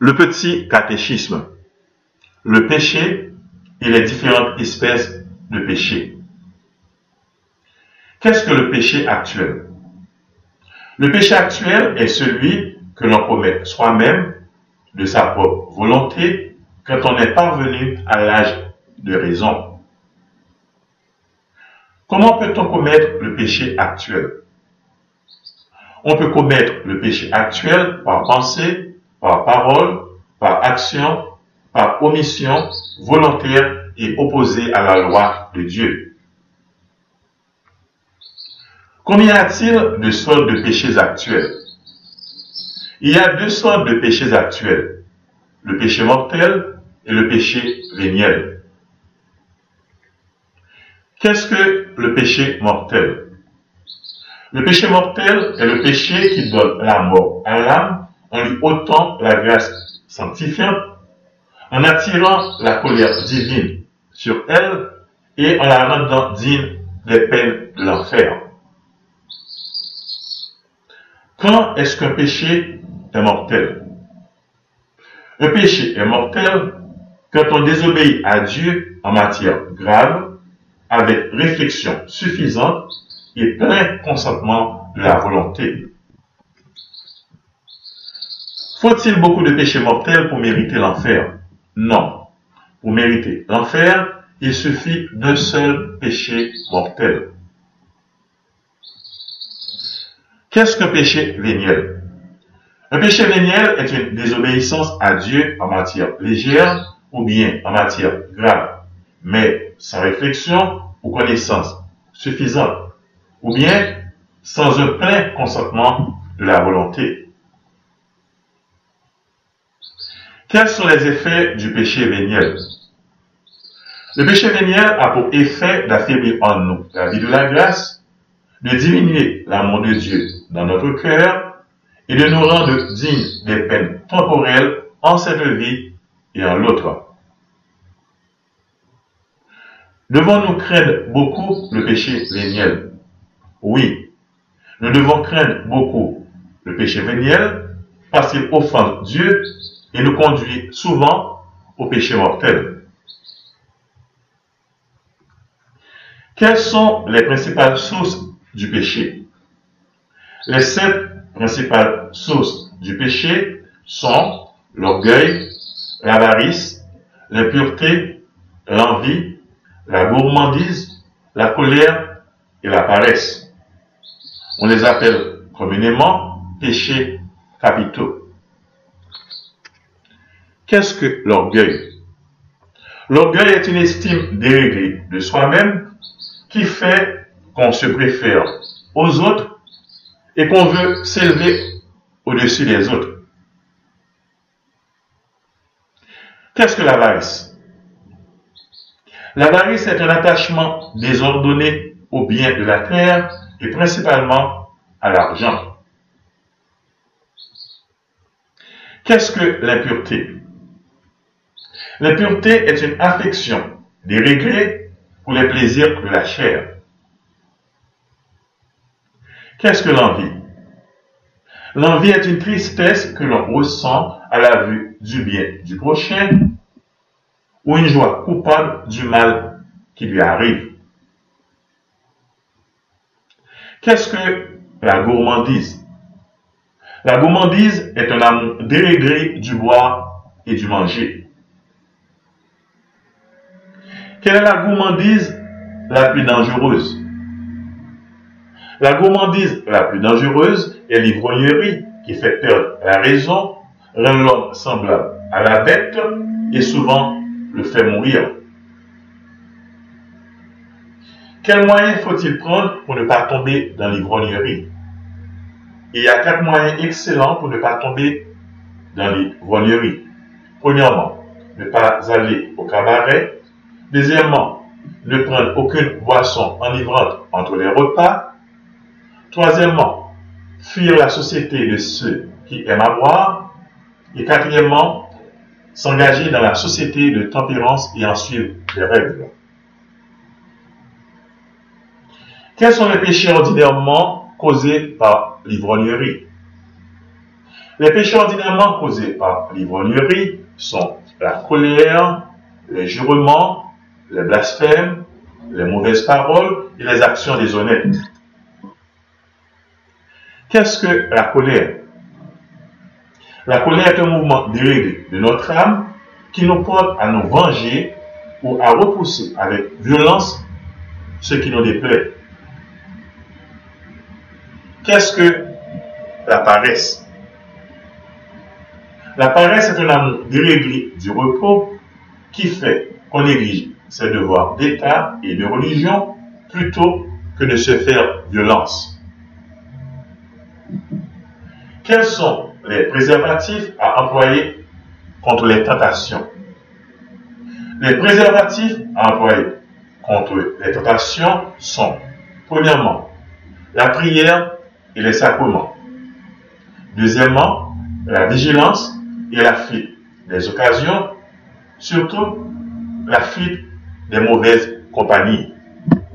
Le petit catéchisme. Le péché et les différentes espèces de péché. Qu'est-ce que le péché actuel? Le péché actuel est celui que l'on commet soi-même de sa propre volonté quand on est parvenu à l'âge de raison. Comment peut-on commettre le péché actuel? On peut commettre le péché actuel par pensée, par parole, par action, par omission volontaire et opposée à la loi de Dieu. Combien y a-t-il de sortes de péchés actuels? Il y a deux sortes de péchés actuels, le péché mortel et le péché véniel. Qu'est-ce que le péché mortel? Le péché mortel est le péché qui donne la mort à l'âme en lui ôtant la grâce sanctifiante, en attirant la colère divine sur elle et en la rendant digne des peines de l'enfer. Quand est-ce qu'un péché est mortel? Un péché est mortel quand on désobéit à Dieu en matière grave, avec réflexion suffisante et plein consentement de la volonté. Faut-il beaucoup de péchés mortels pour mériter l'enfer? Non. Pour mériter l'enfer, il suffit d'un seul péché mortel. Qu'est-ce qu'un péché véniel? Un péché véniel est une désobéissance à Dieu en matière légère ou bien en matière grave, mais sans réflexion ou connaissance suffisante, ou bien sans un plein consentement de la volonté. Quels sont les effets du péché véniel? Le péché véniel a pour effet d'affaiblir en nous la vie de la grâce, de diminuer l'amour de Dieu dans notre cœur et de nous rendre dignes des peines temporelles en cette vie et en l'autre. Devons-nous craindre beaucoup le péché véniel? Oui, nous devons craindre beaucoup le péché véniel parce qu'il offense Dieu et nous conduit souvent au péché mortel. Quelles sont les principales sources du péché? Les 7 principales sources du péché sont l'orgueil, l'avarice, l'impureté, l'envie, la gourmandise, la colère et la paresse. On les appelle communément péchés capitaux. Qu'est-ce que l'orgueil? L'orgueil est une estime déréglée de soi-même qui fait qu'on se préfère aux autres et qu'on veut s'élever au-dessus des autres. Qu'est-ce que l'avarice? L'avarice est un attachement désordonné aux biens de la terre et principalement à l'argent. Qu'est-ce que l'impureté? L'impureté est une affection déréglée pour les plaisirs de la chair. Qu'est-ce que l'envie? L'envie est une tristesse que l'on ressent à la vue du bien du prochain ou une joie coupable du mal qui lui arrive. Qu'est-ce que la gourmandise? La gourmandise est un amour déréglé du boire et du manger. Quelle est la gourmandise la plus dangereuse? La gourmandise la plus dangereuse est l'ivrognerie qui fait perdre la raison, rend l'homme semblable à la bête et souvent le fait mourir. Quels moyens faut-il prendre pour ne pas tomber dans l'ivrognerie? Il y a 4 moyens excellents pour ne pas tomber dans l'ivrognerie. Premièrement, ne pas aller au cabaret. Deuxièmement, ne prendre aucune boisson enivrante entre les repas. Troisièmement, fuir la société de ceux qui aiment à boire. Et quatrièmement, s'engager dans la société de tempérance et en suivre les règles. Quels sont les péchés ordinairement causés par l'ivrognerie? Les péchés ordinairement causés par l'ivrognerie sont la colère, les jurements, les blasphèmes, les mauvaises paroles et les actions déshonnêtes. Qu'est-ce que la colère? La colère est un mouvement déréglé de notre âme qui nous porte à nous venger ou à repousser avec violence ce qui nous déplaît. Qu'est-ce que la paresse? La paresse est un amour déréglé du repos qui fait qu'on néglige ses devoirs d'État et de religion plutôt que de se faire violence. Quels sont les préservatifs à employer contre les tentations? Les préservatifs à employer contre les tentations sont, premièrement, la prière et les sacrements. Deuxièmement, la vigilance et la fuite des occasions, surtout la fuite des mauvaises compagnies.